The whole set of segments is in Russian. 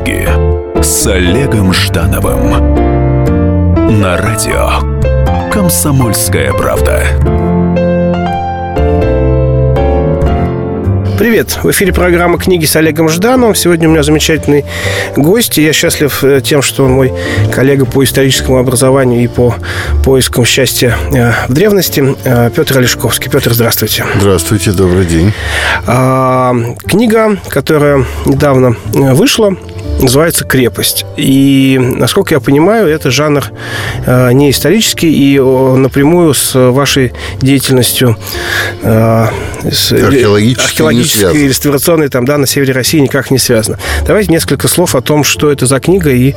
книги с Олегом Ждановым на радио «Комсомольская правда». Привет! В эфире программа «Книги с Олегом Ждановым». Сегодня у меня замечательный гость. И я счастлив тем, что он мой коллега по историческому образованию и по поискам счастья в древности, Петр Олешковский. Петр, здравствуйте. Здравствуйте, добрый день. Книга, которая недавно вышла, называется «Крепость». И, насколько я понимаю, это жанр не исторический и напрямую с вашей деятельностью археологической и реставрационной там, да, на севере России никак не связано. Давайте несколько слов о том, что это за книга и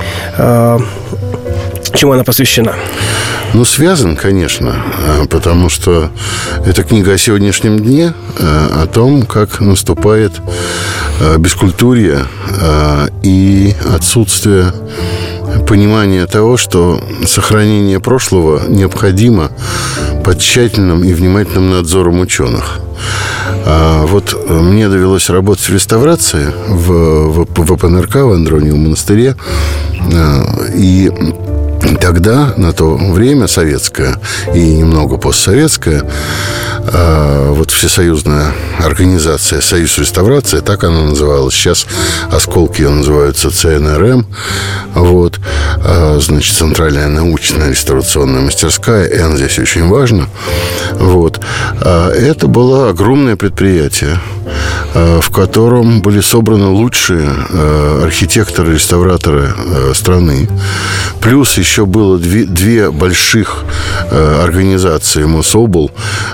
чему она посвящена. Ну, связан, конечно, потому что это книга о сегодняшнем дне, о том, как наступает бескультурье и отсутствие понимания того, что сохранение прошлого необходимо под тщательным и внимательным надзором ученых. Вот мне довелось работать в реставрации в ВПНРК, в Андрониевом монастыре, и тогда, на то время советское и немного постсоветское, вот всесоюзная организация «Союз реставрации», так она называлась. Сейчас осколки ее называются ЦНРМ. Вот. Значит, Центральная научная реставрационная мастерская. «Н» здесь очень важно. Вот. Это было огромное предприятие, в котором были собраны лучшие архитекторы, реставраторы страны. Плюс еще было две больших организации: Мособл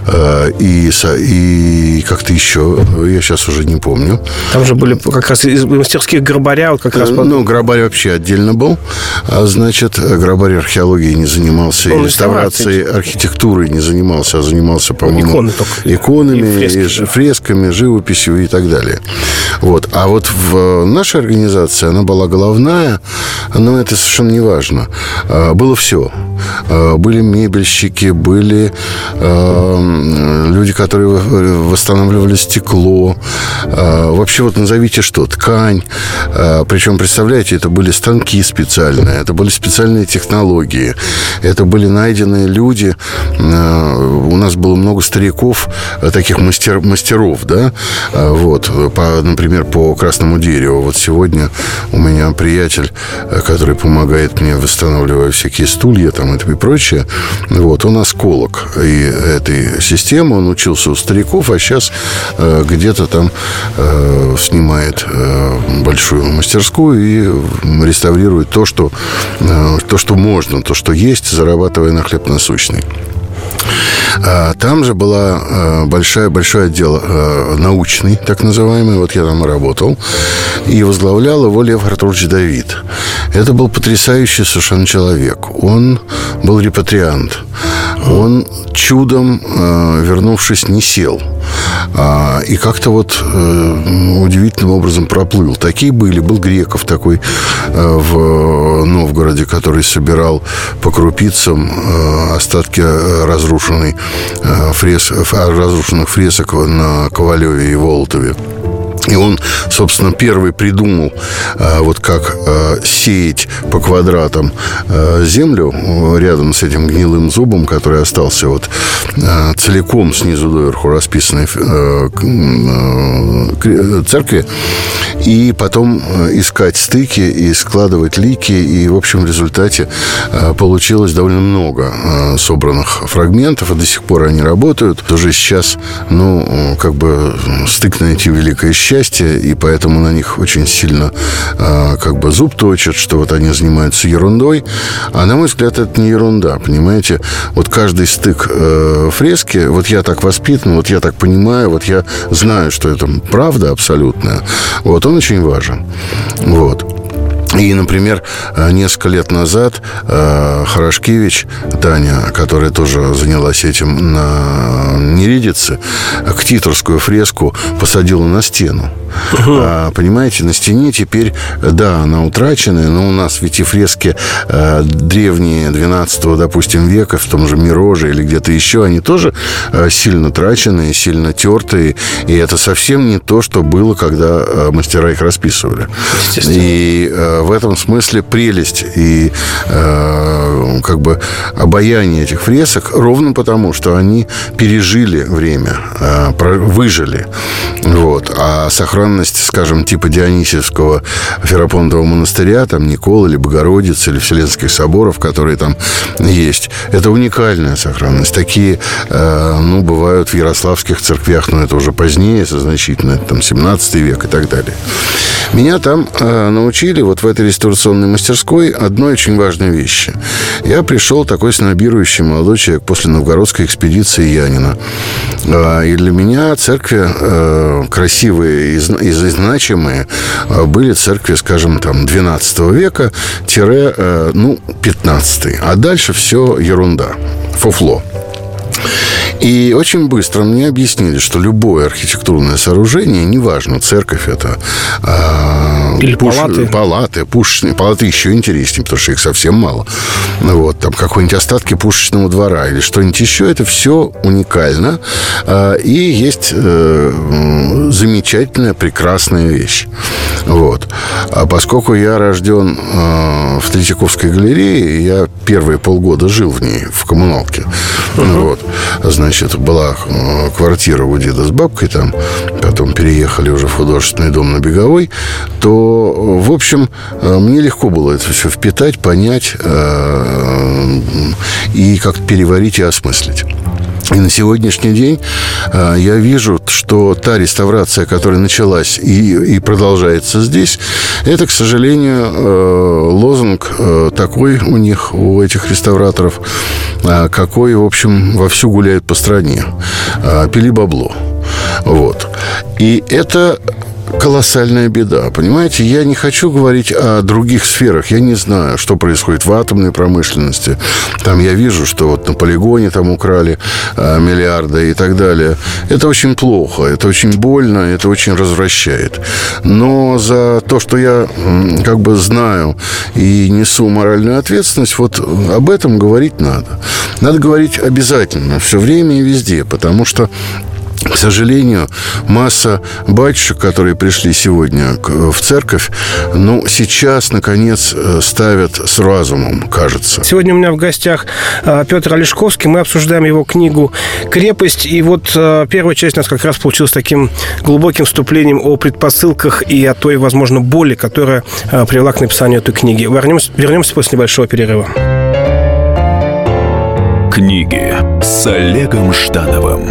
и как-то еще, я сейчас уже не помню. Там же были как раз из мастерских Грабаря. Вот как раз Грабарь вообще отдельно был. Значит, Грабарь археологией не занимался, и реставрацией архитектуры не занимался, а занимался, по-моему, иконами, фресками, живописью и так далее. Вот. А вот в нашей организации она была головная, но это совершенно не важно. Было все. Были мебельщики, были люди, которые восстанавливали стекло. Вообще, вот назовите что, ткань. Причем, представляете, это были станки специальные, это были специальные технологии, это были найденные люди. У нас было много стариков, таких мастеров, да, вот, например, по красному дереву. Вот сегодня у меня приятель, который помогает мне, восстанавливая всякие стулья там и прочее, вот, он осколок и этой системы, он учился у стариков, а сейчас где-то там снимает большую мастерскую и реставрирует то, что можно, то, что есть, зарабатывая на хлеб насущный. Там же была большой отдел научный, так называемый. Вот я там и работал. И возглавлял его Лев Артурович Давид. Это был потрясающий совершенно человек. Он был репатриант. Он чудом, вернувшись, не сел. И как-то вот удивительным образом проплыл. Такие были. Был Греков такой в Новгороде, который собирал по крупицам остатки разрушенных фресок на Ковалеве и Волотове. И он, собственно, первый придумал, вот как сеять по квадратам землю рядом с этим гнилым зубом, который остался вот целиком снизу доверху расписанной церкви, и потом искать стыки и складывать лики. И, в общем, в результате получилось довольно много собранных фрагментов, и до сих пор они работают. Уже сейчас, как бы стык найти — великое счастье, и поэтому на них очень сильно как бы зуб точат, что вот они занимаются ерундой. А на мой взгляд, это не ерунда, понимаете? Вот каждый стык фрески, вот я так воспитан, вот я так понимаю, вот я знаю, что это правда абсолютная, вот он очень важен. Вот. И, например, несколько лет назад Хорошкевич Таня, которая тоже занялась этим на Неридице, ктиторскую фреску посадила на стену. Понимаете, на стене теперь, да, она утраченная, но у нас ведь и фрески древние 12-го, допустим, века, в том же Мироже или где-то еще, они тоже сильно траченные, сильно тертые, и это совсем не то, что было, когда мастера их расписывали. И в этом смысле прелесть и как бы обаяние этих фресок ровно потому, что они пережили время, выжили. Вот. А сохранность, скажем, типа Дионисиевского Ферапонтового монастыря, там Николы или Богородицы или Вселенских соборов, которые там есть, это уникальная сохранность. Такие, бывают в ярославских церквях, но это уже позднее, значительно, это там 17 век и так далее. Меня там научили вот в этой реставрационной мастерской одной очень важной вещи. Я пришел такой снобирующий молодой человек после новгородской экспедиции Янина. И для меня церкви красивые и значимые были церкви, скажем, там 12 века, 15. А дальше все ерунда, фуфло. И очень быстро мне объяснили, что любое архитектурное сооружение, неважно, церковь это... Или палаты, пушечные. Палаты еще интереснее, потому что их совсем мало. Вот, там какие-нибудь остатки пушечного двора или что-нибудь еще. Это все уникально. И есть замечательная, прекрасная вещь. Вот. А поскольку я рожден в Третьяковской галерее, я первые полгода жил в ней, в коммуналке. Вот. Значит, была квартира у деда с бабкой там, потом переехали уже в художественный дом на Беговой, то, в общем, мне легко было это все впитать, понять и как-то переварить и осмыслить. И на сегодняшний день я вижу, что та реставрация, которая началась и продолжается здесь, это, к сожалению, лозунг такой у них, у этих реставраторов, какой, в общем, вовсю гуляет по стране. Пили бабло. Вот. И это колоссальная беда, понимаете? Я не хочу говорить о других сферах. Я не знаю, что происходит в атомной промышленности. Там я вижу, что вот на полигоне там украли миллиарды и так далее. Это очень плохо, это очень больно, это очень развращает. Но за то, что я как бы знаю и несу моральную ответственность, вот об этом говорить надо. Надо говорить обязательно, все время и везде, потому что, к сожалению, масса батюшек, которые пришли сегодня в церковь, сейчас, наконец, ставят с разумом, кажется. Сегодня у меня в гостях Петр Олешковский. Мы обсуждаем его книгу «Крепость». И вот первая часть у нас как раз получилась таким глубоким вступлением о предпосылках и о той, возможно, боли, которая привела к написанию этой книги. Вернемся после небольшого перерыва. Книги с Олегом Ждановым.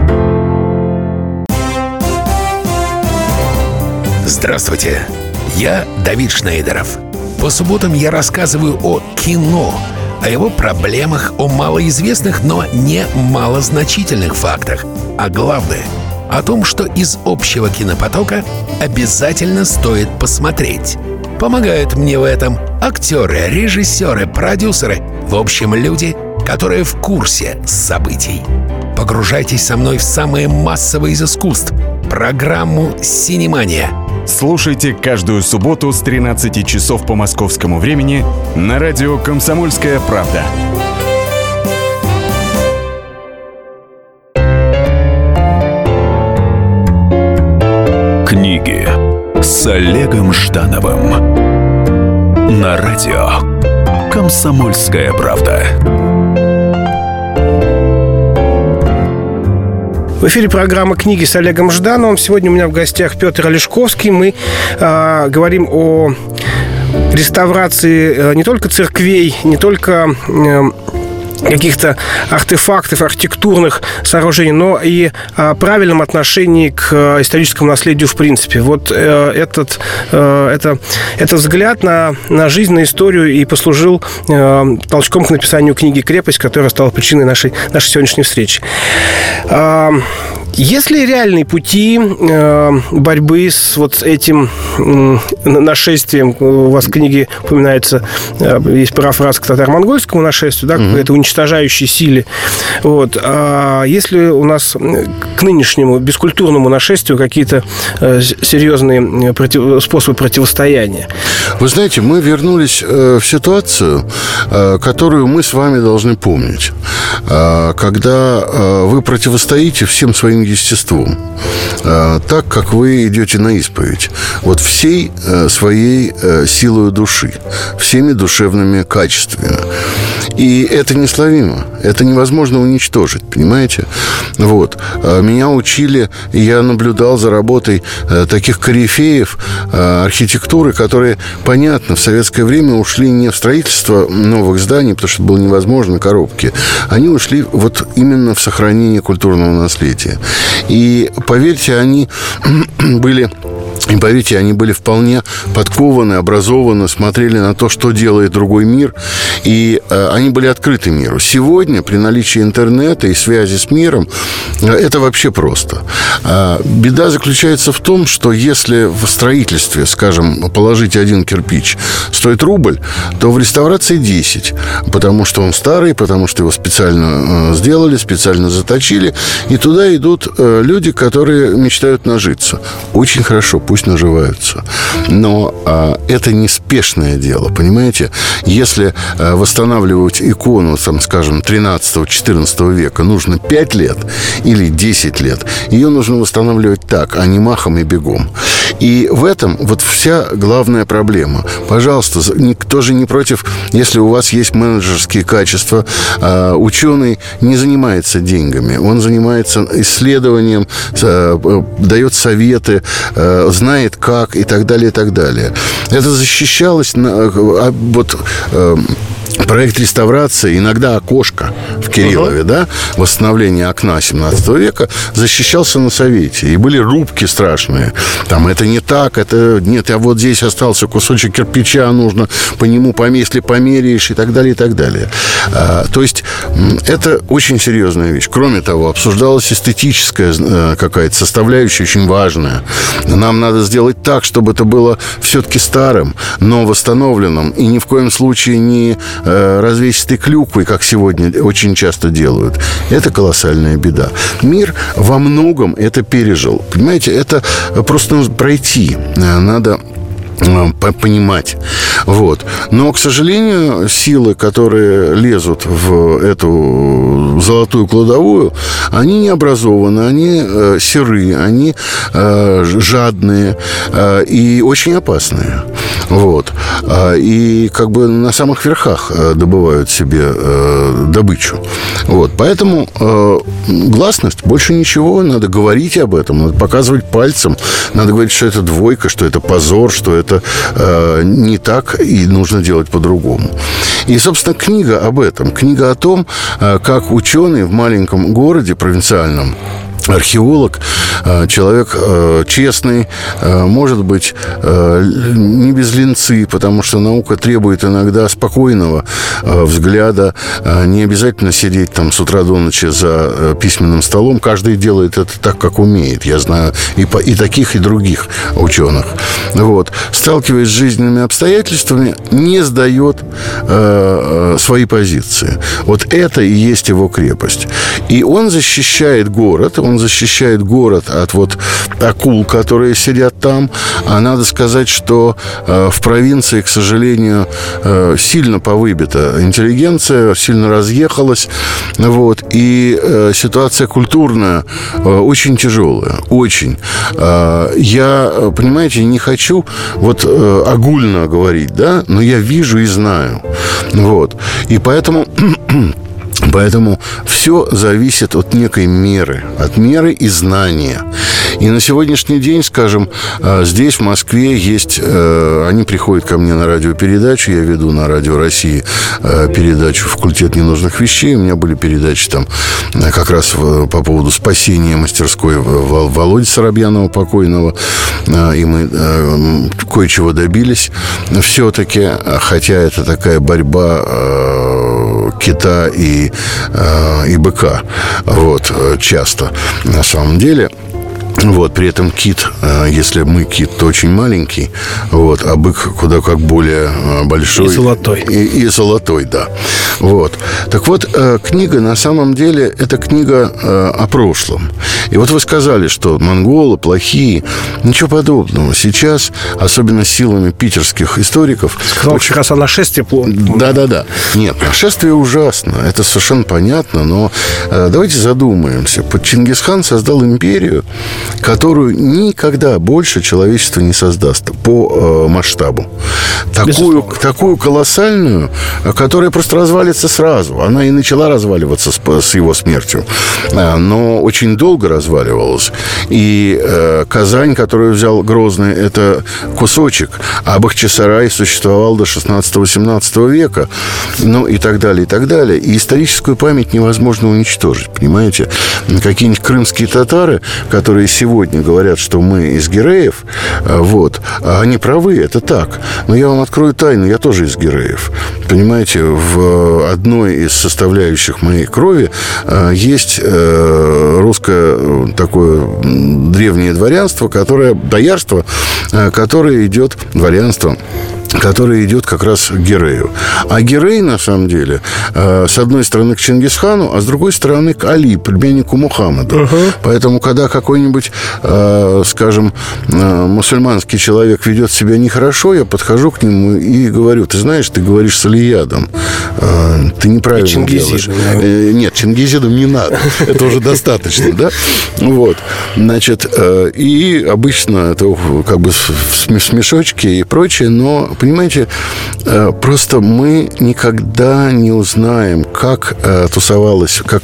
Здравствуйте, я Давид Шнейдеров. По субботам я рассказываю о кино, о его проблемах, о малоизвестных, но не малозначительных фактах. А главное, о том, что из общего кинопотока обязательно стоит посмотреть. Помогают мне в этом актеры, режиссеры, продюсеры, в общем, люди, которые в курсе событий. Погружайтесь со мной в самое массовое из искусств — программу «Синемания». Слушайте каждую субботу с 13 часов по московскому времени на радио «Комсомольская правда». Книги с Олегом Ждановым на радио «Комсомольская правда». В эфире программа «Книги с Олегом Ждановым». Сегодня у меня в гостях Петр Олешковский. Мы говорим о реставрации не только церквей, не только каких-то артефактов, архитектурных сооружений, но и о правильном отношении к историческому наследию в принципе. Вот этот взгляд на жизнь, на историю и послужил толчком к написанию книги «Крепость», которая стала причиной нашей сегодняшней встречи. Есть ли реальные пути борьбы с вот этим нашествием? У вас в книге упоминается, есть парафраз к татаро-монгольскому нашествию, да, к этой уничтожающей силе. Вот. А есть ли у нас к нынешнему бескультурному нашествию какие-то серьезные способы противостояния? Вы знаете, мы вернулись в ситуацию, которую мы с вами должны помнить. Когда вы противостоите всем своим естеством, так, как вы идете на исповедь, вот всей своей силой души, всеми душевными качествами. И это несловимо, это невозможно уничтожить, понимаете? Вот. Меня учили, и я наблюдал за работой таких корифеев архитектуры, которые, понятно, в советское время ушли не в строительство новых зданий, потому что это было невозможно, коробки. Они ушли вот именно в сохранение культурного наследия. И, поверьте, они были вполне подкованы, образованы, смотрели на то, что делает другой мир, и они были открыты миру. Сегодня, при наличии интернета и связи с миром, это вообще просто. Беда заключается в том, что если в строительстве, скажем, положить один кирпич стоит рубль, то в реставрации 10, потому что он старый, потому что его специально сделали, специально заточили, и туда идут люди, которые мечтают нажиться. Очень хорошо, пусть наживаются. Но это неспешное дело, понимаете? Если восстанавливать икону, там, скажем, 13-14 века нужно 5 лет или 10 лет, ее нужно восстанавливать так, а не махом и бегом. И в этом вот вся главная проблема. Пожалуйста, никто же не против, если у вас есть менеджерские качества. Ученый не занимается деньгами, он занимается исследованием, дает советы, знает как и так далее, и так далее. Это защищалось проект реставрации, иногда окошко в Кириллове, да, восстановление окна 17 века, защищался на совете. И были рубки страшные. Там это не так, это нет, а вот здесь остался кусочек кирпича, нужно по нему, если померяешь, и так далее, и так далее. То есть это очень серьезная вещь. Кроме того, обсуждалась эстетическая какая-то составляющая, очень важная. Нам надо сделать так, чтобы это было все-таки старым, но восстановленным, и ни в коем случае не развесистой клюквой, как сегодня очень часто делают. Это колоссальная беда. Мир во многом это пережил. Понимаете, это просто нужно пройти. Надо понимать. Вот. Но, к сожалению, силы, которые лезут в эту золотую кладовую, они не образованы, они серые, они жадные и очень опасные. Вот. И как бы на самых верхах добывают себе добычу. Вот. Поэтому гласность, больше ничего. Надо говорить об этом, надо показывать пальцем, надо говорить, что это двойка, что это позор, что это не так и нужно делать по-другому. И, собственно, книга об этом. Книга о том, как ученый в маленьком городе провинциальном, археолог, человек честный, может быть, не без линцы, потому что наука требует иногда спокойного взгляда, не обязательно сидеть там с утра до ночи за письменным столом, каждый делает это так, как умеет, я знаю и таких, и других ученых. Вот. Сталкиваясь с жизненными обстоятельствами, не сдает свои позиции. Вот это и есть его крепость. И он защищает город, от вот акул, которые сидят там. А надо сказать, что в провинции, к сожалению, сильно повыбита интеллигенция, сильно разъехалась. Вот, и ситуация культурная очень тяжелая. Очень. Я, понимаете, не хочу вот огульно говорить, да, но я вижу и знаю. Вот. И поэтому все зависит от некой меры, от меры и знания. И на сегодняшний день, скажем, здесь, в Москве, есть... Они приходят ко мне на радиопередачу. Я веду на Радио России передачу «Факультет ненужных вещей». У меня были передачи там как раз по поводу спасения мастерской Володи Соробьянова покойного. И мы кое-чего добились все-таки. Хотя это такая борьба кита и быка. Вот, часто, на самом деле. Вот, при этом кит, если мы кит, то очень маленький, вот, а бык куда как более большой. И золотой. И золотой, да. Вот. Так вот, книга, на самом деле, это книга о прошлом. И вот вы сказали, что монголы плохие. Ничего подобного. Сейчас, особенно силами питерских историков... Сказал, как раз о нашествии плохо. Да. Нет, нашествие ужасно. Это совершенно понятно. Но давайте задумаемся. Чингисхан создал империю, которую никогда больше человечество не создаст по масштабу. Такую колоссальную, которая просто развалится сразу. Она и начала разваливаться с его смертью. Но очень долго разваливалась. И Казань, которую взял Грозный, это кусочек. А Бахчисарай существовал до 16-18 века. Ну, и так далее, и так далее. И историческую память невозможно уничтожить, понимаете? Какие-нибудь крымские татары, которые сегодня говорят, что мы из Гиреев, вот, они правы, это так. Но я вам открою тайну, я тоже из Гиреев. Понимаете, в одной из составляющих моей крови есть русское такое древнее дворянство, боярство, которое идет, дворянство, который идет как раз к Гирею. А Гирей, на самом деле, с одной стороны к Чингисхану, а с другой стороны к Али, племяннику Мухаммеда. Поэтому, когда какой-нибудь, скажем, мусульманский человек ведет себя нехорошо, я подхожу к нему и говорю: ты знаешь, ты говоришь с Алиядом, ты неправильно делаешь. Нет, Чингизидом не надо. Это уже достаточно, да? Вот. Значит, и обычно это как бы смешочки и прочее, но понимаете, просто мы никогда не узнаем, как тасовалась, как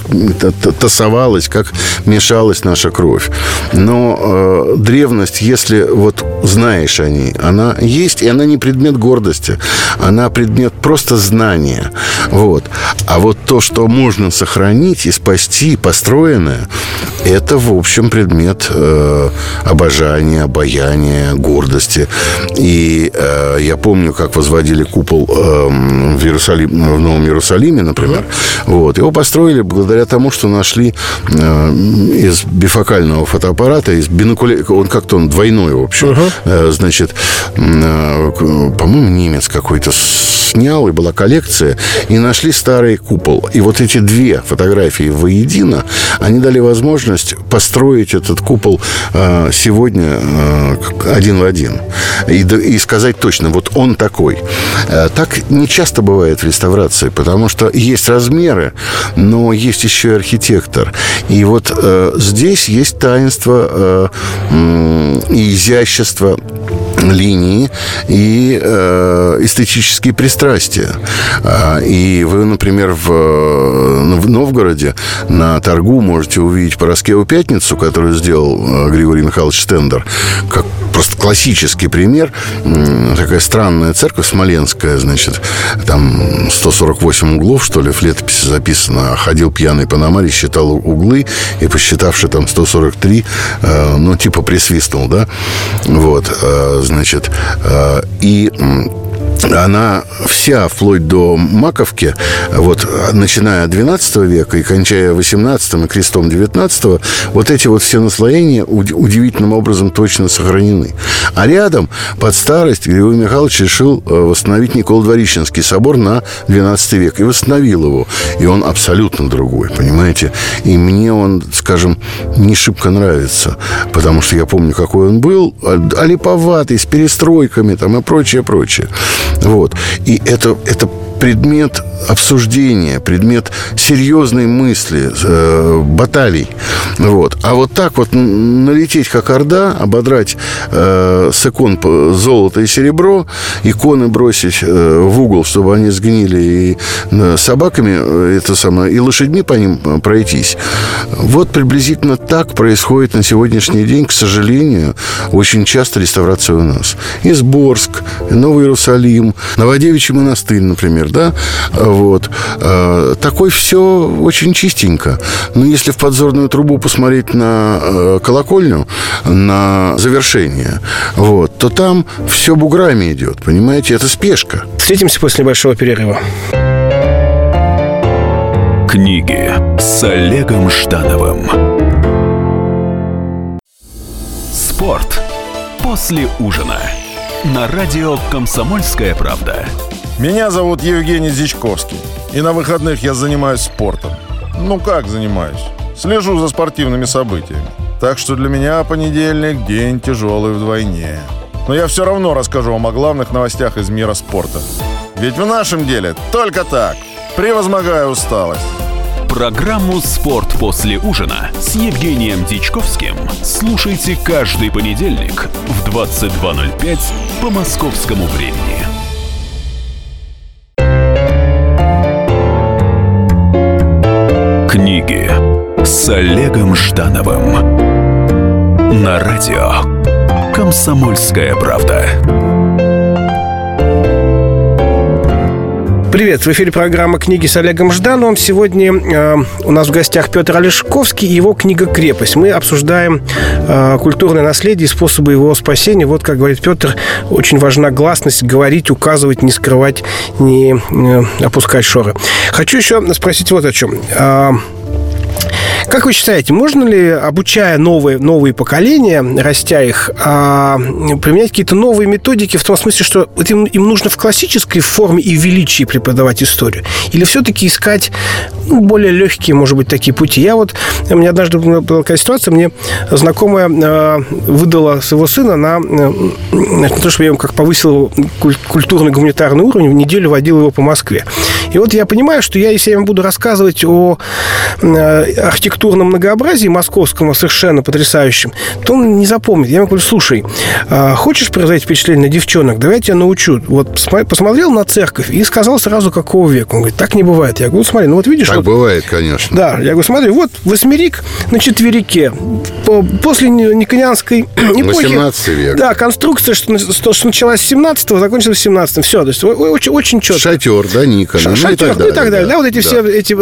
мешалась наша кровь. Но древность, если вот знаешь о ней, она есть, и она не предмет гордости, она предмет просто знания. Вот. А вот то, что можно сохранить и спасти, построенное, это, в общем, предмет обожания, обаяния, гордости. И я помню, как возводили купол в Новом Иерусалиме, например. Вот. Его построили благодаря тому, что нашли из бифокального фотоаппарата, из бинокуляра, он двойной, в общем. Значит, по-моему, немец какой-то снял, и была коллекция, и нашли старый купол. И вот эти две фотографии воедино, они дали возможность построить этот купол сегодня один в один. И сказать точно, вот он такой. Так не часто бывает в реставрации, потому что есть размеры, но есть еще и архитектор. И вот здесь есть таинство и изящество линии и эстетические пристрастия. И вы, например, в Новгороде на торгу можете увидеть Параскеву Пятницу, которую сделал Григорий Михайлович Штендер, как просто классический пример. Такая странная церковь смоленская, значит, там 148 углов, что ли, в летописи записано. Ходил пьяный по Намаре, считал углы, и, посчитавши там 143, ну, типа присвистнул, да? Вот, значит, и она вся, вплоть до Маковки, вот, начиная от XII века и кончая XVIII и крестом XIX, вот эти вот все наслоения удивительным образом точно сохранены. А рядом, под старость, Григорий Михайлович решил восстановить Николо-Дворищенский собор на XII век. И восстановил его. И он абсолютно другой, понимаете? И мне он, скажем, не шибко нравится. Потому что я помню, какой он был. Олиповатый, с перестройками там, и прочее, прочее. Вот. И это предмет обсуждения, предмет серьезной мысли, баталий. Вот. А вот так вот налететь, как орда, ободрать с икон золото и серебро, иконы бросить в угол, чтобы они сгнили, и собаками и лошадьми по ним пройтись. Вот приблизительно так происходит на сегодняшний день, к сожалению, очень часто реставрация у нас. Изборск, Новый Иерусалим, Новодевичий монастырь, например, да, вот. Такой все очень чистенько. Но если в подзорную трубу посмотреть на колокольню, на завершение, вот, то там все буграми идет, понимаете, это спешка. Встретимся после небольшого перерыва. Книги с Олегом Ждановым. Спорт после ужина. На радио «Комсомольская правда». Меня зовут Евгений Зичковский. И на выходных я занимаюсь спортом. Ну как занимаюсь? Слежу за спортивными событиями. Так что для меня понедельник – день тяжелый вдвойне. Но я все равно расскажу вам о главных новостях из мира спорта. Ведь в нашем деле только так, превозмогая усталость. Программу «Спорт после ужина» с Евгением Дичковским слушайте каждый понедельник в 22:05 по московскому времени. Книги с Олегом Ждановым на радио «Комсомольская правда». Привет, в эфире программа «Книги с Олегом Ждановым». Сегодня у нас в гостях Петр Олешковский и его книга «Крепость». Мы обсуждаем культурное наследие и способы его спасения. Вот, как говорит Петр, очень важна гласность, говорить, указывать, не скрывать, не опускать шоры. Хочу еще спросить вот о чем. Как вы считаете, можно ли, обучая новые поколения, растя их, применять какие-то новые методики в том смысле, что им нужно в классической форме и величии преподавать историю? Или все-таки искать более легкие, может быть, такие пути? У меня однажды была такая ситуация, мне знакомая выдала своего сына на то, что я ему как повысил культурный гуманитарный уровень, в неделю водил его по Москве. И вот я понимаю, что если я ему буду рассказывать о архитектурном многообразии московском, совершенно потрясающем, то он не запомнит. Я ему говорю: слушай, хочешь производить впечатление на девчонок? Давай я тебя научу. Вот посмотрел на церковь и сказал сразу, какого века. Он говорит: так не бывает. Я говорю: смотри, видишь... Так бывает, конечно. Да, я говорю: смотри, вот восьмерик на четверике. После Никонианской эпохи... 18 век. Да, конструкция, что началась с 17-го, закончилась в 17-м. Все, то есть очень четко. Шатер, да, Никона. Шатер, и так далее. Да, вот эти все эти...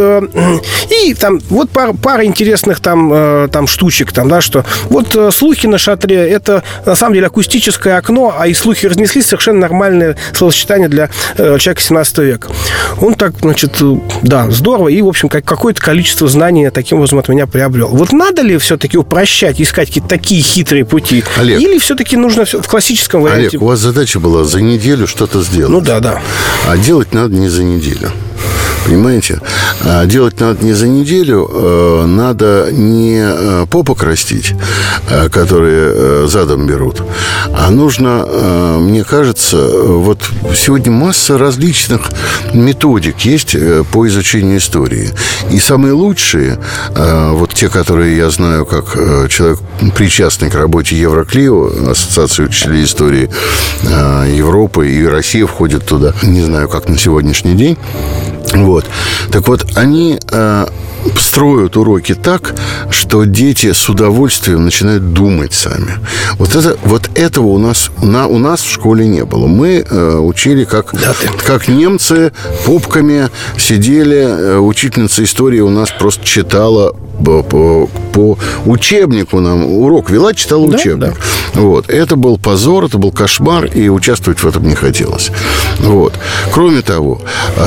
И там вот пара интересных там штучек, там, да, что вот слухи на шатре, это на самом деле акустическое окно, а и слухи разнеслись, совершенно нормальное словосочетание для человека 17 века. Он так, да, здорово, и, в общем, какое-то количество знаний таким образом от меня приобрел. Вот надо ли все-таки упрощать, искать какие-то такие хитрые пути? Олег, или все-таки нужно в классическом варианте? Олег, у вас задача была за неделю что-то сделать. Ну да. А делать надо не за неделю. Понимаете? Делать надо не за неделю, надо не попок растить, которые задом берут, а нужно, мне кажется, вот сегодня масса различных методик есть по изучению истории. И самые лучшие, вот те, которые я знаю как человек, причастный к работе Евроклио, Ассоциации учителей истории Европы, и Россия входит туда, не знаю, как на сегодняшний день. Вот. Так вот, они строят уроки так, что дети с удовольствием начинают думать сами. Вот этого у нас в школе не было. Мы учили, как немцы попками сидели. Учительница истории у нас просто читала по учебнику нам урок вела, читала учебник. Да. Вот. Это был позор, это был кошмар, и участвовать в этом не хотелось. Вот. Кроме того,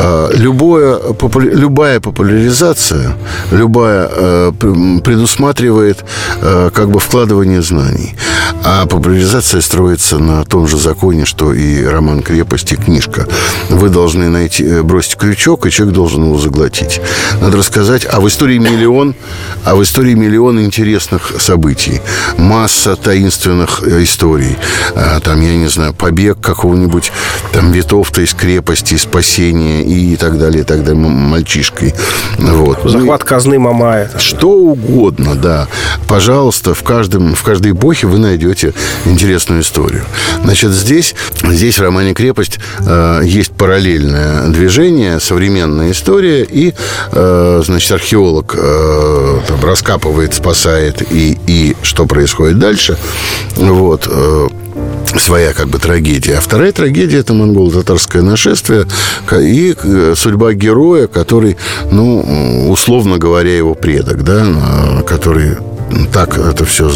любая популяризация, предусматривает вкладывание знаний. А популяризация строится на том же законе, что и роман «Крепость» и книжка. Вы должны бросить крючок, и человек должен его заглотить. Надо рассказать, в истории миллион интересных событий. Масса таинственных историй. Там, я не знаю, побег какого-нибудь Витовта из крепости, спасение и так далее, мальчишкой. Вот. Захват казны Мамая. Что угодно, да. Пожалуйста, в каждой эпохе вы найдете интересную историю. Значит, здесь в романе «Крепость» есть параллельное движение, современная история, и, археолог раскапывает, спасает, и что происходит дальше. Вот. Своя трагедия. А вторая трагедия – это монголо-татарское нашествие и судьба героя, который, условно говоря, его предок, да, который так это все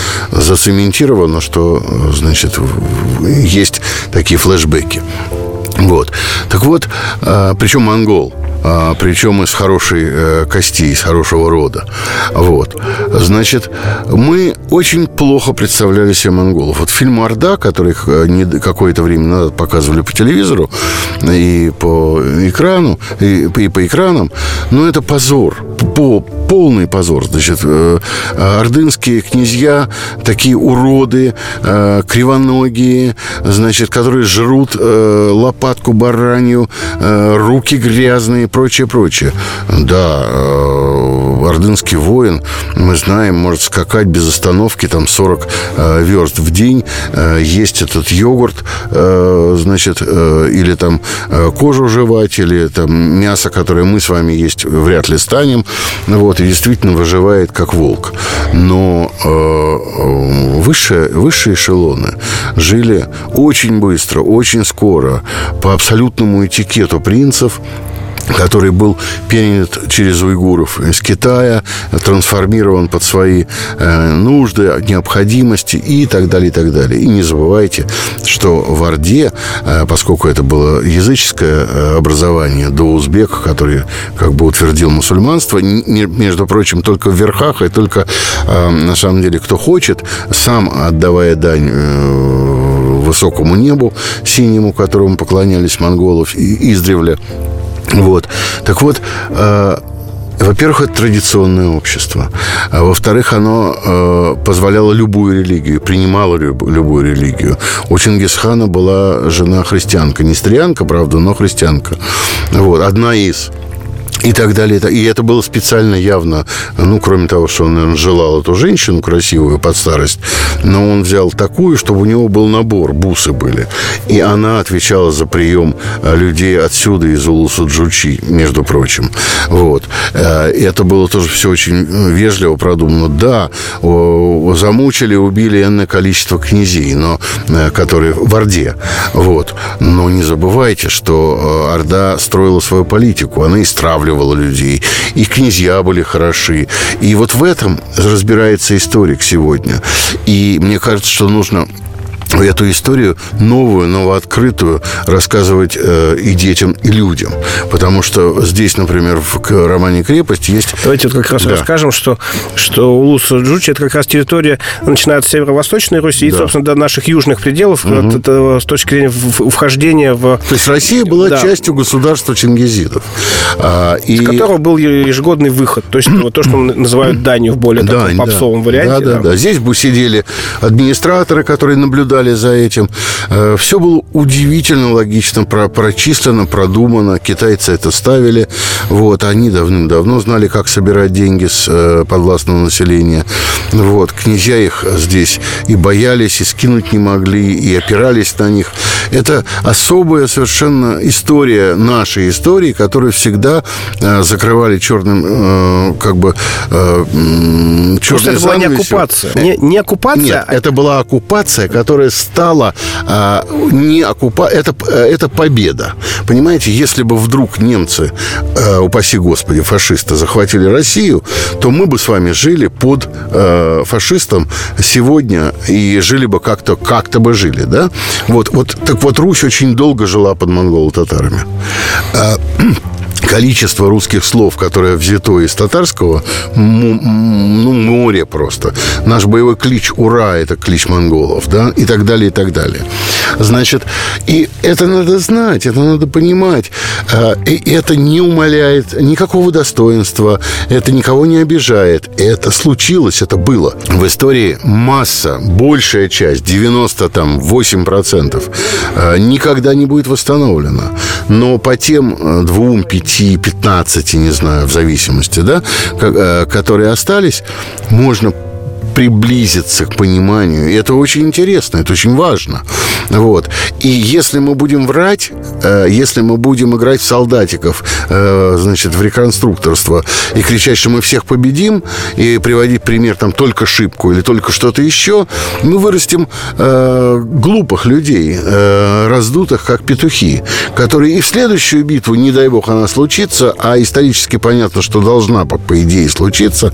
зацементировано, что, есть такие флешбеки. Вот. Так вот, причем монгол, причем из хорошей кости, из хорошего рода. Вот. Значит, мы очень плохо представляли себе монголов. Вот фильм «Орда», который какое-то время назад показывали по телевизору и по экрану, и по экранам, но это позор, полный позор. Значит, ордынские князья такие уроды, кривоногие, значит, которые жрут лопатку баранью, руки грязные, прочее. Да, ордынский воин, мы знаем, может скакать без остановки там 40 верст в день, есть этот йогурт, значит, или там кожу жевать, или там мясо, которое мы с вами есть вряд ли станем, вот, и действительно выживает как волк. Но высшие эшелоны жили очень быстро, очень скоро, по абсолютному этикету принцев, который был перенят через уйгуров из Китая, трансформирован под свои нужды, необходимости и так далее, и так далее. И не забывайте, что в Орде, поскольку это было языческое образование до узбека, который как бы утвердил мусульманство, между прочим, только в верхах, и только, на самом деле, кто хочет, сам отдавая дань высокому небу синему, которому поклонялись монголов издревле. Вот. Так вот, во-первых, это традиционное общество. А во-вторых, оно позволяло любую религию, принимало любую религию. У Чингисхана была жена христианка. Не стрянка, правда, но христианка. Вот. Одна из... И так далее. И это было специально явно, ну, кроме того, что он, наверное, желал эту женщину красивую под старость, но он взял такую, чтобы у него был набор, бусы были. И она отвечала за прием людей отсюда, из Улусу-Джучи, между прочим. Вот. И это было тоже все очень вежливо продумано. Да, замучили, убили энное количество князей, но, которые в Орде. Вот. Но не забывайте, что Орда строила свою политику. Она истравливала людей, и князья были хороши. И вот в этом разбирается историк сегодня. И мне кажется, что нужно эту историю новую, новооткрытую рассказывать и детям, и людям. Потому что здесь, например, в романе «Крепость» есть... Давайте вот как раз расскажем, что Улус-Джучи – это как раз территория, начиная от северо-восточной Руси и, собственно, до наших южных пределов, это, с точки зрения вхождения в... То есть Россия была частью государства чингизидов. Из которого был ежегодный выход. То есть то, что называют данью в более таком попсовом варианте. Да. Здесь бы сидели администраторы, которые наблюдали за этим. Все было удивительно логично прочислено, продумано. Китайцы это ставили. Вот. Они давным-давно знали, как собирать деньги с подвластного населения. Вот. Князья их здесь и боялись, и скинуть не могли, и опирались на них. Это особая совершенно история нашей истории, которую всегда закрывали черным, черной занавесью. Это была не оккупация. Не оккупация? Нет, это была оккупация, которая стала не оккупация. Это победа. Понимаете, если бы вдруг немцы, упаси Господи, фашисты захватили Россию, то мы бы с вами жили под фашистом сегодня и жили бы как-то бы жили, да? Так вот, Русь очень долго жила под монголо-татарами. Количество русских слов, которое взято из татарского, море просто. Наш боевой клич «Ура» – это клич монголов, да, и так далее, и так далее. Значит, и это надо знать, это надо понимать. И это не умаляет никакого достоинства, это никого не обижает. Это случилось, это было. В истории масса, большая часть, 98%, никогда не будет восстановлена. Но по тем 2, 5, 15, не знаю, в зависимости, да, которые остались, можно приблизиться к пониманию. И это очень интересно, это очень важно. Вот. И если мы будем врать, если мы будем играть в солдатиков, значит, в реконструкторство и кричать, что мы всех победим, и приводить пример там только шибку или только что-то еще, мы вырастим глупых людей, раздутых, как петухи, которые и в следующую битву, не дай бог она случится, а исторически понятно, что должна, по идее, случиться.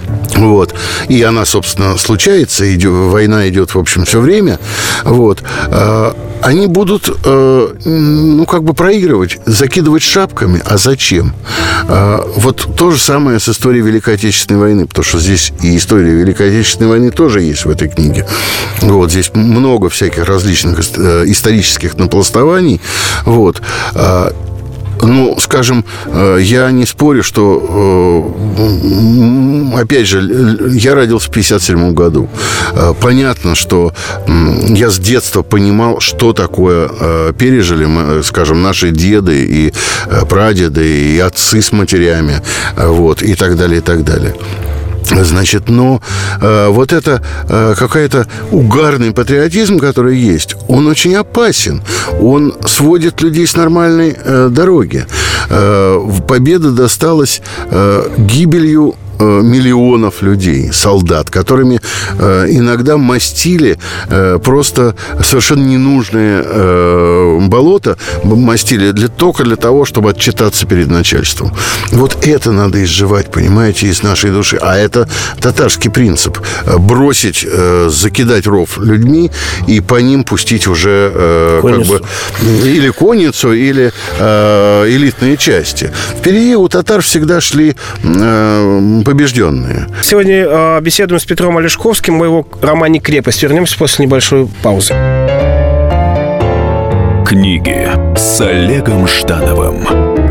Вот. И она, собственно, случается, война идет, в общем, все время. Вот. они будут, проигрывать, закидывать шапками. А зачем? Вот то же самое с историей Великой Отечественной войны, потому что здесь и история Великой Отечественной войны тоже есть в этой книге. Вот, здесь много всяких различных исторических напластований. Вот. Скажем, я не спорю, что, опять же, я родился в 1957 году. Понятно, что я с детства понимал, что такое пережили, скажем, наши деды и прадеды, и отцы с матерями, вот, и так далее, и так далее. Значит, вот это какой-то угарный патриотизм, который есть, он очень опасен. Он сводит людей с нормальной дороги. Победа досталась гибелью миллионов людей, солдат, которыми иногда мастили просто совершенно ненужные болота, мастили только для того, чтобы отчитаться перед начальством. Вот это надо изживать, понимаете, из нашей души. А это татарский принцип. Бросить, закидать ров людьми и по ним пустить уже или конницу, или элитные части. Впереди у татар всегда шли побежденные. Сегодня беседуем с Петром Олешковским о его романе «Крепость». Вернемся после небольшой паузы. Книги с Олегом Ждановым.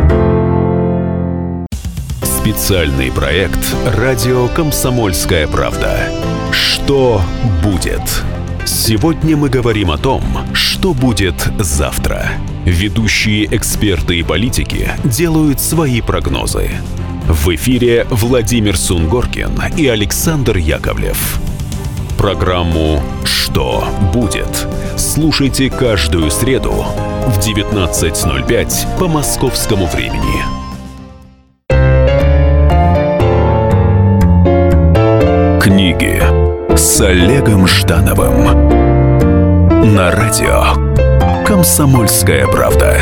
Специальный проект «Радио Комсомольская правда». Что будет? Сегодня мы говорим о том, что будет завтра. Ведущие эксперты и политики делают свои прогнозы. В эфире Владимир Сунгоркин и Александр Яковлев. Программу «Что будет?» слушайте каждую среду в 19:05 по московскому времени. Книги с Олегом Ждановым на радио «Комсомольская правда».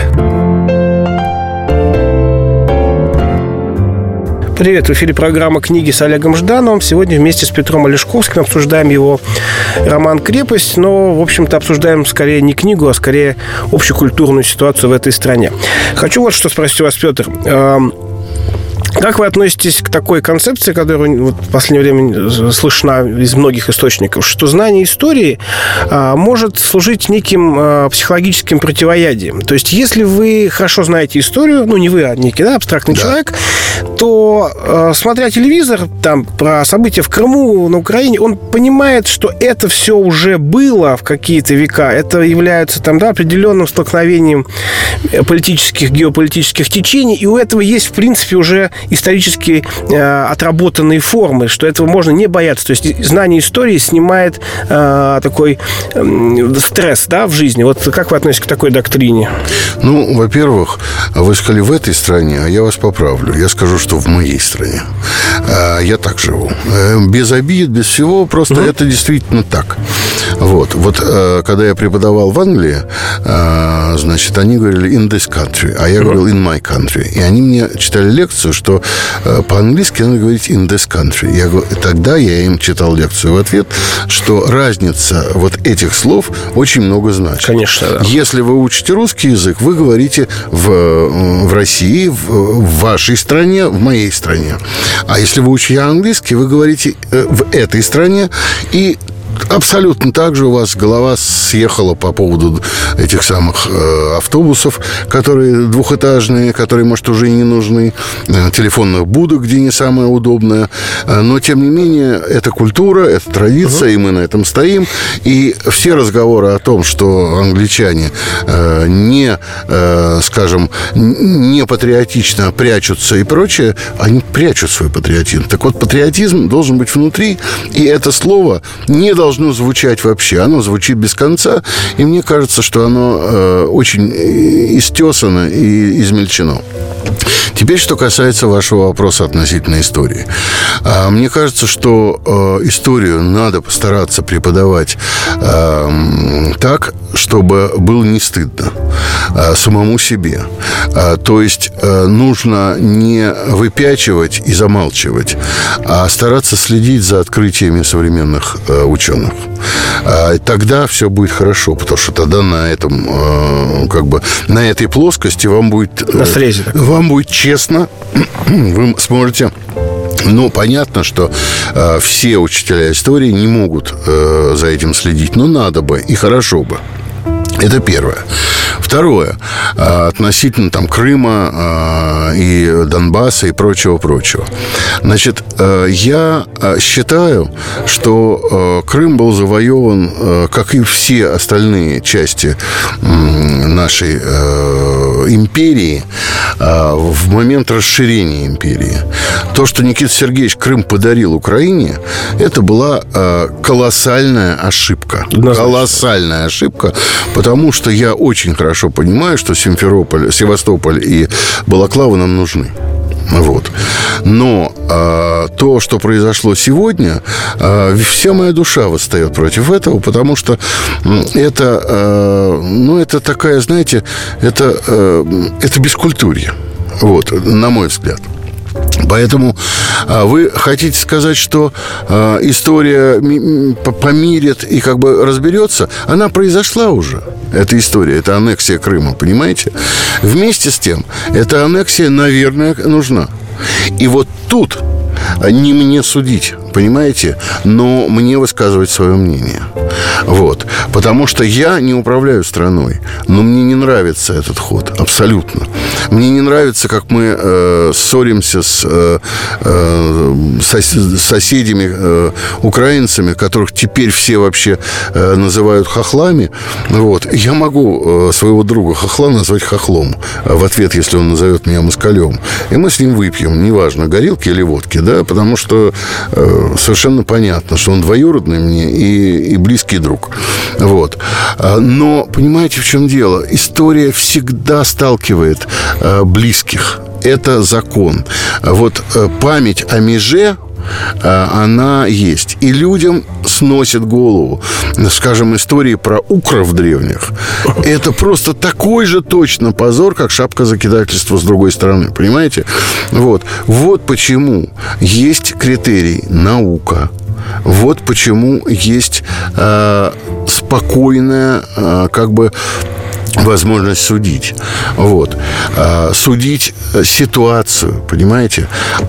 Привет, в эфире программа «Книги с Олегом Ждановым». Сегодня вместе с Петром Олешковским обсуждаем его роман «Крепость», но, в общем-то, обсуждаем скорее не книгу, а скорее общекультурную ситуацию в этой стране. Хочу вот что спросить у вас, Петр. Как вы относитесь к такой концепции, которая в последнее время слышна из многих источников, что знание истории может служить неким психологическим противоядием? То есть, если вы хорошо знаете историю, не вы, а некий абстрактный человек, то, смотря телевизор там, про события в Крыму, на Украине, он понимает, что это все уже было в какие-то века. Это является определенным столкновением политических, геополитических течений, и у этого есть, в принципе, уже исторически отработанные формы, что этого можно не бояться. То есть знание истории снимает такой стресс в жизни. Вот как вы относитесь к такой доктрине? Во-первых, вы сказали в этой стране, а я вас поправлю. Я скажу, что в моей стране. Я так живу. Без обид, без всего, просто это действительно так. Вот, когда я преподавал в Англии, значит, они говорили in this country, а я говорил in my country. И они мне читали лекцию, что по-английски надо говорить in this country. Тогда я им читал лекцию в ответ, что разница вот этих слов очень много значит. Конечно, да. Если вы учите русский язык, вы говорите в России, в вашей стране, в моей стране. А если вы учите английский, вы говорите в этой стране, и абсолютно так же у вас голова съехала по поводу этих самых автобусов, которые двухэтажные, которые, может, уже и не нужны, телефонных будок, где не самое удобное. Но, тем не менее, это культура, это традиция, и мы на этом стоим. И все разговоры о том, что англичане не патриотично прячутся и прочее, они прячут свой патриотизм. Так вот, патриотизм должен быть внутри, и это слово не должно звучать вообще. Оно звучит без конца, и мне кажется, что оно очень истесано и измельчено. Теперь, что касается вашего вопроса относительно истории. Мне кажется, что историю надо постараться преподавать так, чтобы было не стыдно. самому себе. То есть нужно не выпячивать и замалчивать, а стараться следить за открытиями современных ученых. Тогда все будет хорошо, потому что тогда на этом, как бы, на этой плоскости вам будет честно, вы сможете... Ну, понятно, что все учителя истории не могут за этим следить, но надо бы и хорошо бы. Это первое. Второе, относительно там Крыма и Донбасса и прочего. Значит, я считаю, что Крым был завоеван, как и все остальные части нашей империи, в момент расширения империи. То, что Никита Сергеевич Крым подарил Украине, это была колоссальная ошибка. Колоссальная ошибка, потому что я очень хорошо понимаю, что Симферополь, Севастополь и Балаклава нам нужны. Вот. Но то, что произошло сегодня, вся моя душа восстает против этого, потому что это такая, знаете, это бескультурье. Вот, на мой взгляд. Поэтому вы хотите сказать, что история помирит и как бы разберется? Она произошла уже, эта история, это аннексия Крыма, понимаете? Вместе с тем, эта аннексия, наверное, нужна. И вот тут не мне судить, понимаете, но мне высказывать свое мнение. Вот. Потому что я не управляю страной, но мне не нравится этот ход, абсолютно. Мне не нравится, как мы ссоримся с соседями, украинцами, которых теперь все вообще называют хохлами. Вот. Я могу своего друга хохла назвать хохлом в ответ, если он назовет меня москалем. И мы с ним выпьем, неважно, горилки или водки, да, потому что совершенно понятно, что он двоюродный мне и близкий друг. Вот. Но понимаете, в чем дело? История всегда сталкивает близких. Это закон. Вот память о меже, она есть. И людям сносит голову. Скажем, истории про укров древних. Это просто такой же точно позор, как шапка закидательства с другой стороны. Понимаете? Вот почему есть критерий наука. Вот почему есть спокойная, как бы, возможность судить. Вот. Судить ситуацию, понимаете?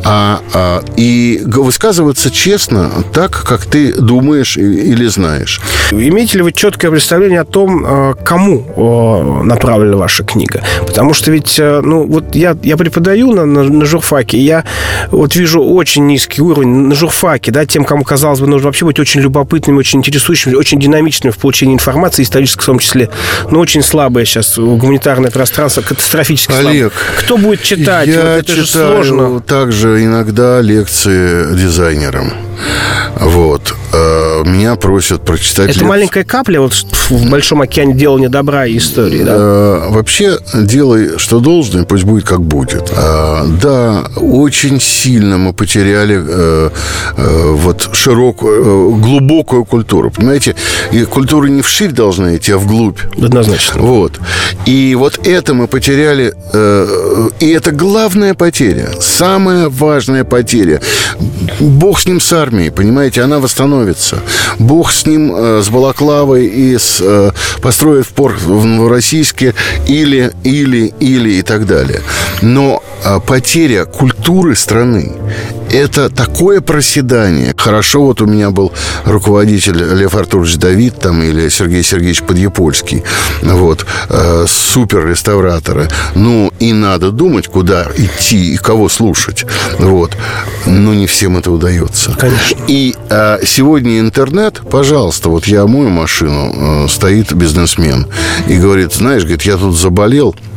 И высказываться честно так, как ты думаешь или знаешь. Имеете ли вы четкое представление о том, кому направлена ваша книга? Потому что ведь, вот я преподаю на журфаке, и я вот вижу очень низкий уровень на журфаке, да, тем, кому, казалось бы, нужно вообще быть очень любопытными, очень интересующими, очень динамичными в получении информации, исторической в том числе, но очень слабые сейчас гуманитарное пространство, катастрофически Олег, слабо. Кто будет читать? Я вот это читаю же сложно. Также иногда лекции дизайнерам. Вот. Меня просят прочитать... Это маленькая капля вот в большом океане делания добра и истории, да? Вообще, делай, что должно, и пусть будет, как будет. Да, очень сильно мы потеряли вот широкую, глубокую культуру. Понимаете? И культура не вширь должна идти, а вглубь. Однозначно. Вот. И вот это мы потеряли. И это главная потеря. Самая важная потеря. Бог с ним, с армией, понимаете? Она восстановится. Бог с ним, с Балаклавой и построит порт в Новороссийске или и так далее. Но потеря культуры страны – это такое проседание. Хорошо, вот у меня был руководитель Лев Артурович Давид там, или Сергей Сергеевич Подъепольский. Вот. Супер реставраторы. Ну, и надо думать, куда идти и кого слушать. Вот. Но не всем это удается. Конечно. И сегодня интернет, пожалуйста, вот я мою машину, стоит бизнесмен и говорит, знаешь, говорит, я тут заболел,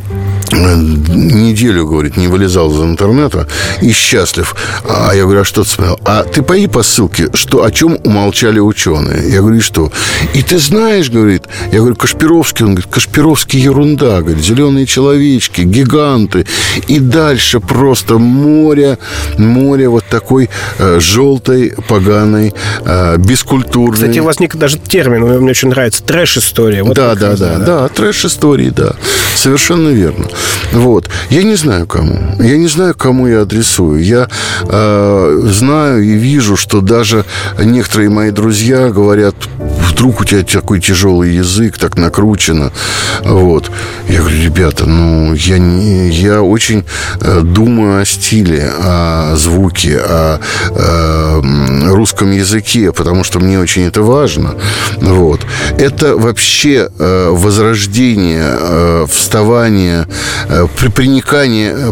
неделю, говорит, не вылезал из интернета и счастлив. А я говорю, а что ты смотрел? А ты пойди по ссылке, о чем умолчали ученые. Я говорю, что? И ты знаешь, говорит, я говорю, Кашпировский, он говорит, Кашпировский ерунда, говорит, зеленые человечки, гиганты. И дальше просто море вот такой желтой, поганой, бескультурной. Кстати, у вас даже термин, мне очень нравится, трэш-история. Вот да, трэш-истории, да. Совершенно верно. Вот. Я не знаю, кому я адресую. Я знаю и вижу, что даже некоторые мои друзья говорят, вдруг у тебя такой тяжелый язык, так накручено. Вот. Я говорю, ребята, я очень думаю о стиле, о звуке, о русском языке, потому что мне очень это важно. Вот. Это вообще возрождение, вставание, приникание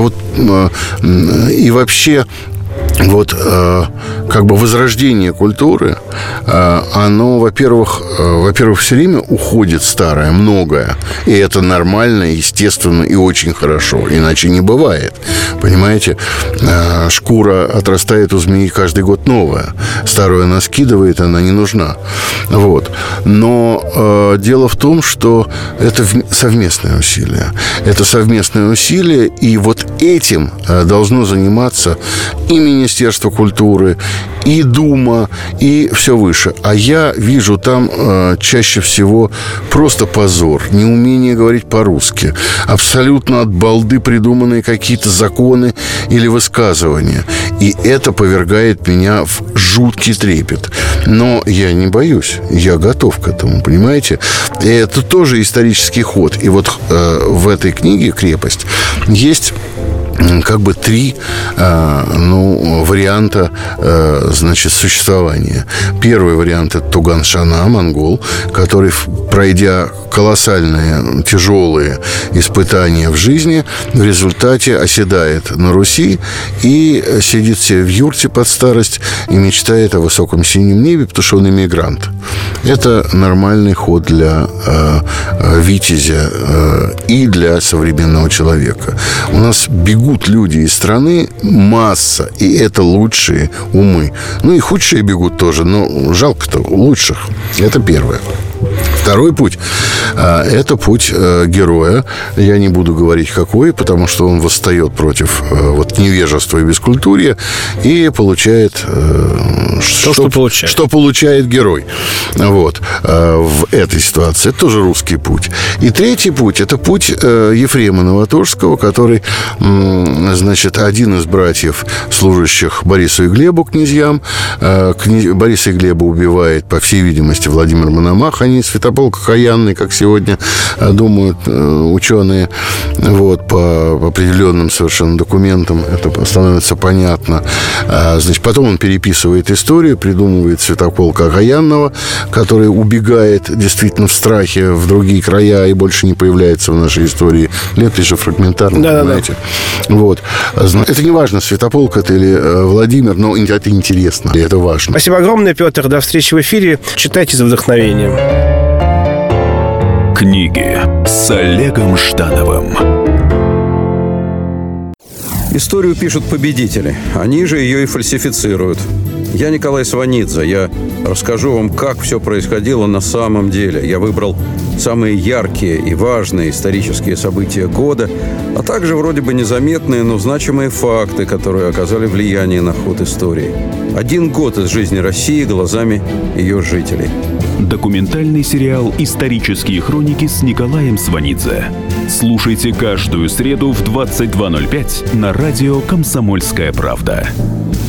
и вообще вот как бы возрождение культуры, оно, во-первых, все время уходит старое, многое. И это нормально, естественно и очень хорошо. Иначе не бывает. Понимаете? Шкура отрастает у змеи каждый год новая. Старую она скидывает, она не нужна. Вот. Но дело в том, что это совместное усилие. Это совместное усилие, и вот этим должно заниматься и Министерство культуры, и Дума, и все выше. А я вижу там чаще всего просто позор, неумение говорить по-русски, абсолютно от балды придуманные какие-то законы или высказывания. И это повергает меня в жуткий трепет. Но я не боюсь, я готов к этому, понимаете? И это тоже исторический ход. И вот в этой книге «Крепость» есть как бы три варианта, значит, существования. Первый вариант – это Туган-Шана, монгол, который, пройдя колоссальные, тяжелые испытания в жизни, в результате оседает на Руси и сидит себе в юрте под старость и мечтает о высоком синем небе, потому что он иммигрант. Это нормальный ход для витязя и для современного человека. У нас бегут люди из страны, масса, и это лучшие умы. И худшие бегут тоже, но жалко-то лучших. Это первое. Второй путь – это путь героя. Я не буду говорить, какой, потому что он восстает против невежества и бескультурья и получает что получает герой в этой ситуации. Это тоже русский путь. И третий путь – это путь Ефрема Новоторжского, который, значит, один из братьев, служащих Борису и Глебу, князьям. Бориса и Глеба убивает, по всей видимости, Владимир Мономах. Они святополк окаянный, как сегодня думают ученые, по определенным совершенно документам это становится понятно. Значит, потом он переписывает историю, придумывает святополка окаянного, который убегает действительно в страхе в другие края и больше не появляется в нашей истории. Летопись же фрагментарно, понимаете? Вот. Это не важно, святополк это или Владимир, но это интересно, и это важно. Спасибо огромное, Петр. До встречи в эфире. Читайте за вдохновением. Книги с Олегом Ждановым. Историю пишут победители. Они же ее и фальсифицируют. Я Николай Сванидзе. Я расскажу вам, как все происходило на самом деле. Я выбрал самые яркие и важные исторические события года, а также вроде бы незаметные, но значимые факты, которые оказали влияние на ход истории. 1 год из жизни России глазами ее жителей. Документальный сериал «Исторические хроники» с Николаем Сванидзе. Слушайте каждую среду в 22:05 на радио «Комсомольская правда».